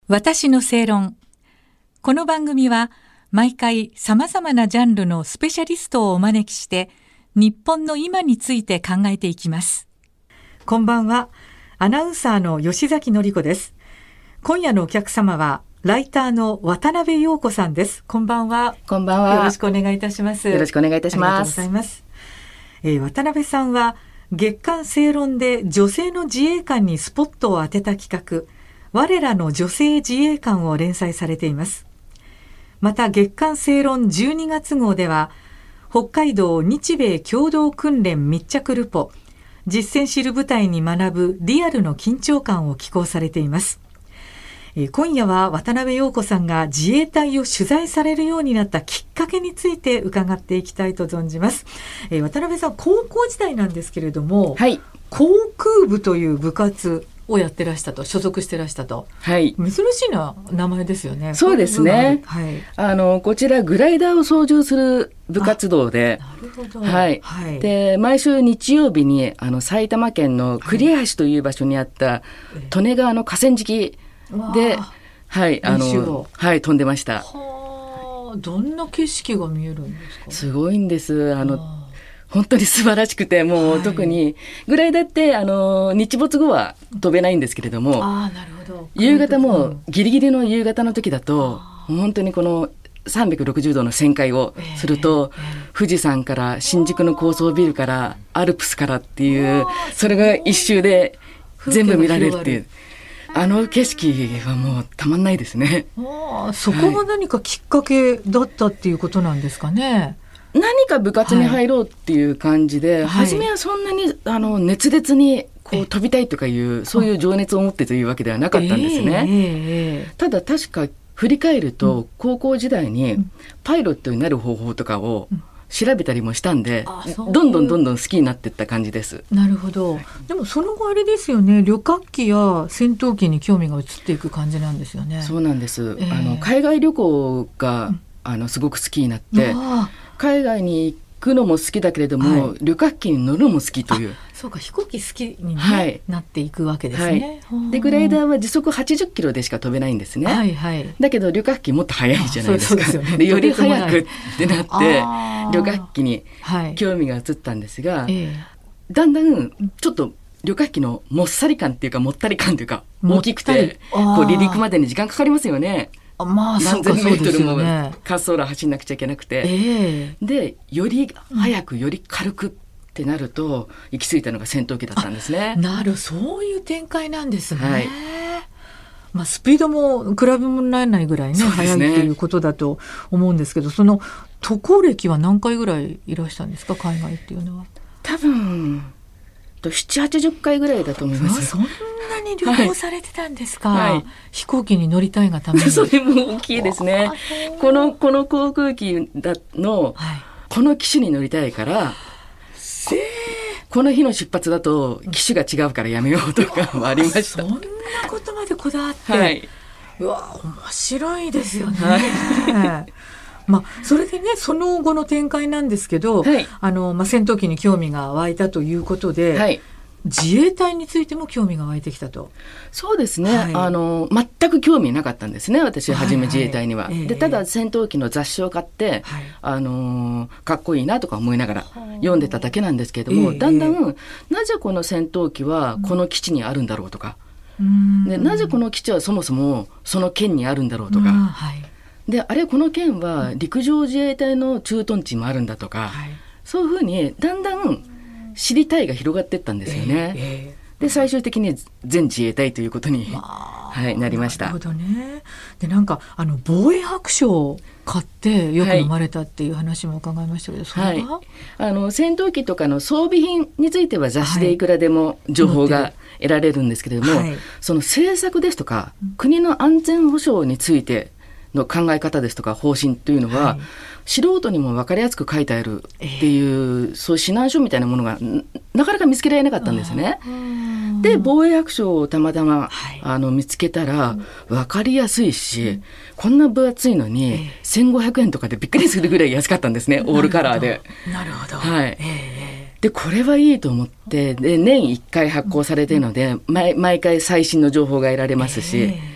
私の正論。この番組は毎回様々なジャンルのスペシャリストをお招きして日本の今について考えていきます。こんばんは。アナウンサーの吉崎紀子です。今夜のお客様はライターの渡辺陽子さんです。こんばんは。 こんばんは。 よろしくお願いいたします。 よろしくお願いいたします。 ありがとうございます。渡辺さんは月刊正論で女性の自衛官にスポットを当てた企画、我らの女性自衛官を連載されています。また月刊正論12月号では、北海道日米共同訓練密着ルポ、実践知る部隊に学ぶリアルの緊張感を寄稿されています。今夜は渡辺陽子さんが自衛隊を取材されるようになったきっかけについて伺っていきたいと存じます。渡辺さん、高校時代なんですけれども、 はい、 航空部という部活をやってらしたと、所属してらしたと、 はい、 珍しいな名前ですよね。 そうですね、 はい、 こちらグライダーを操縦する部活動で、 なるほど、 はいはい、 で毎週日曜日に埼玉県の栗橋という場所にあった利根川の河川敷で、はい、はい、飛んでました。 はあ、どんな景色が見えるんですか？ すごいんです。本当に素晴らしくて、もう、はい、特にグライダーって日没後は飛べないんですけれども、 なるほど、 夕方もギリギリの夕方の時だと本当にこの360度の旋回をすると、富士山から新宿の高層ビルからアルプスからっていう、それが一周で全部見られるっていう、景色はもうたまんないですね。 そこが何かきっかけだったっていうことなんですかね。 何か部活に入ろうっていう感じで、初めはそんなに熱烈にこう飛びたいとかいうそういう情熱を持ってというわけではなかったんですね。ただ確か振り返ると、高校時代にパイロットになる方法とかを調べたりもしたんで、どんどん好きになっていった感じです。 なるほど。でもその後あれですよね、旅客機や戦闘機に興味が移っていく感じなんですよね。 そうなんです。海外旅行がすごく好きになって、海外に行くのも好きだけれども、旅客機に乗るのも好きという。 そうか、飛行機好きに、ね、なっていくわけですね。 でグライダーは時速80キロでしか飛べないんですね。だけど旅客機もっと速いじゃないですか。でより速くってなって旅客機に興味が移ったんですが、だんだんちょっと旅客機のもっさり感っていうかもったり感っていうか大きくて、こう離陸までに時間かかりますよね。何千メートルも滑走路走んなくちゃいけなくて、でより速くより軽くってなると行き着いたのが戦闘機だったんですね。 そういう展開なんですね。スピードも比べ物にならないぐらいね、速いということだと思うんですけど、その渡航歴は何回ぐらいいらしたんですか、海外っていうのは。 多分7、80回ぐらいだと思います。 そんなに旅行されてたんですか。飛行機に乗りたいがために。 それも大きいですね。この航空機の、この機種に乗りたいから、この日の出発だと機種が違うからやめようとかもありました。 そんなことまでこだわって、うわ面白いですよね。それでね、その後の展開なんですけど、戦闘機に興味が湧いたということで、自衛隊についても興味が湧いてきたと。 そうですね、全く興味なかったんですね、私初め自衛隊には。でただ戦闘機の雑誌を買って、かっこいいなとか思いながら読んでただけなんですけれども、だんだんなぜこの戦闘機はこの基地にあるんだろうとか、でなぜこの基地はそもそもその県にあるんだろうとか、であれこの県は陸上自衛隊の駐屯地もあるんだとか、そういうふうにだんだん知りたいが広がっていったんですよね。で最終的に全自衛隊ということに、なりました。 なるほどね。でなんか防衛白書を買ってよく読まれたっていう話も伺いましたけど、それは、 戦闘機とかの装備品については雑誌でいくらでも情報が得られるんですけれども、その政策ですとか、国の安全保障についての考え方ですとか方針というのは、素人にも分かりやすく書いてあるっていう、そういう指南書みたいなものがなかなか見つけられなかったんですね。で防衛白書をたまたま、見つけたら分かりやすいし、こんな分厚いのに1500円とかでびっくりするぐらい安かったんですね、オールカラーで。 なるほど。 でこれはいいと思って、で年1回発行されているので、毎回最新の情報が得られますし、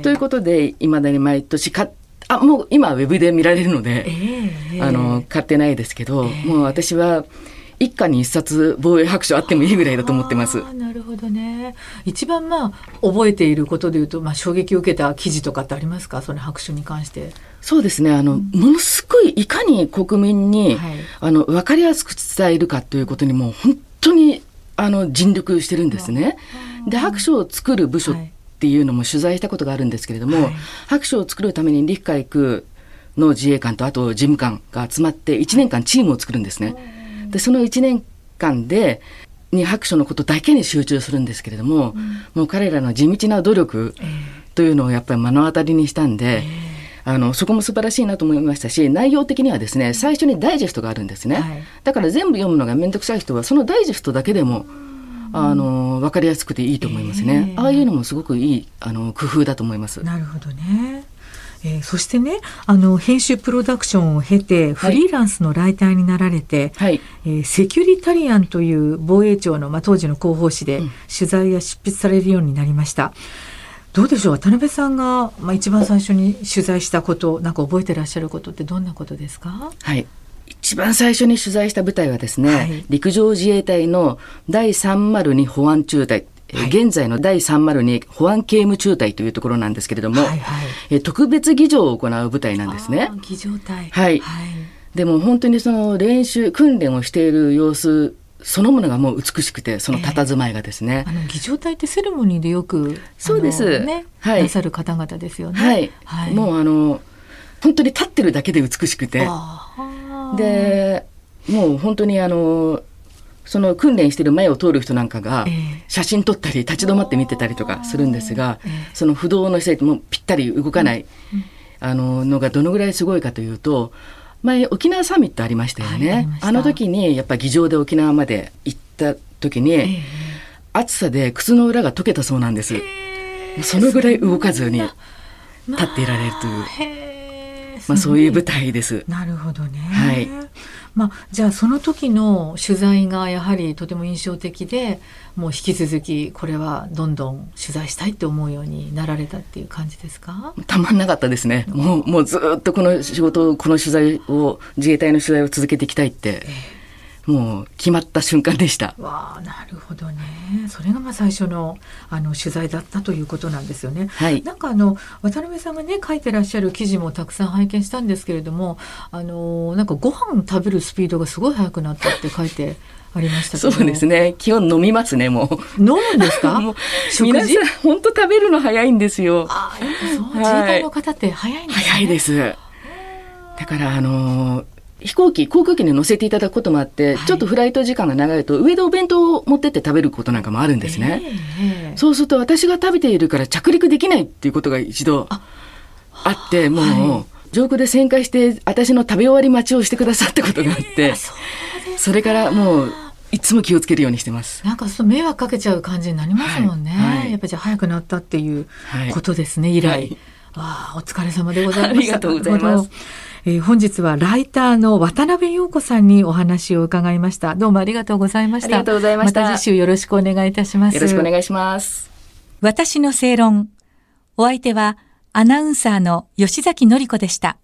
ということで、いまだに毎年もう今はウェブで見られるので、買ってないですけど、もう私は一家に一冊防衛白書あってもいいぐらいだと思ってます。 なるほどね。一番覚えていることでいうと、衝撃を受けた記事とかってありますか、その白書に関して。 そうですね。ものすごいいかに国民に、分かりやすく伝えるかということにもう本当に尽力してるんですね。で、白書を作る部署っていうのも取材したことがあるんですけれども、白書を作るために陸海空の自衛官とあと事務官が集まって1年間チームを作るんですね。で、その1年間で白書のことだけに集中するんですけれども、もう彼らの地道な努力というのをやっぱり目の当たりにしたんで、そこも素晴らしいなと思いましたし、内容的にはですね、最初にダイジェストがあるんですね。だから全部読むのがめんどくさい人はそのダイジェストだけでも分かりやすくていいと思いますね。ああいうのもすごくいい工夫だと思います。 なるほどね。そしてね、編集プロダクションを経てフリーランスのライターになられて、セキュリタリアンという防衛庁の、当時の広報誌で取材や執筆されるようになりました。どうでしょう、渡辺さんが、一番最初に取材したこと、なんか覚えてらっしゃることってどんなことですか？ はい。一番最初に取材した部隊はですね、陸上自衛隊の第302保安中隊、現在の第302保安警務中隊というところなんですけれども、特別儀仗を行う部隊なんですね。 儀仗隊。 でも本当にその訓練をしている様子そのものがもう美しくて、その佇まいがですね。 儀仗隊ってセレモニーでよくそうですなさる方々ですよね。 もう本当に立ってるだけで美しくて、でもう本当にその訓練してる前を通る人なんかが写真撮ったり立ち止まって見てたりとかするんですが、その不動の姿勢もぴったり動かないのがどのぐらいすごいかというと、前沖縄サミットありましたよね。あの時にやっぱり儀仗で沖縄まで行った時に、暑さで靴の裏が溶けたそうなんです。そのぐらい動かずに立っていられるという、そういう舞台です。 なるほどね。じゃあその時の取材がやはりとても印象的で、もう引き続きこれはどんどん取材したいって思うようになられたっていう感じですか？ たまんなかったですね。もうずっとこの仕事、この取材を、自衛隊の取材を続けていきたいって、もう決まった瞬間でした。 わあ、なるほどね。それが最初の取材だったということなんですよね。なんか渡辺さんがね書いてらっしゃる記事もたくさん拝見したんですけれども、なんかご飯食べるスピードがすごい速くなったって書いてありましたけど。 そうですね。基本飲みますね。もう飲むんですか？ もう皆さん本当食べるの早いんですよ。 そう、自衛隊の方って早いんですね。 早いです。だから航空機に乗せていただくこともあって、ちょっとフライト時間が長いと上でお弁当を持ってって食べることなんかもあるんですね。そうすると私が食べているから着陸できないっていうことが一度あって、もう上空で旋回して私の食べ終わり待ちをしてくださったことがあって、それからもういつも気をつけるようにしてます。 なんか迷惑かけちゃう感じになりますもんね。やっぱりじゃあ早くなったっていうことですね、以来。お疲れ様でございました。ありがとうございます。 本日はライターの渡辺陽子さんにお話を伺いました。どうもありがとうございました。 ありがとうございました。 また次週よろしくお願いいたします。 よろしくお願いします。 私の正論。お相手はアナウンサーの吉崎典子でした。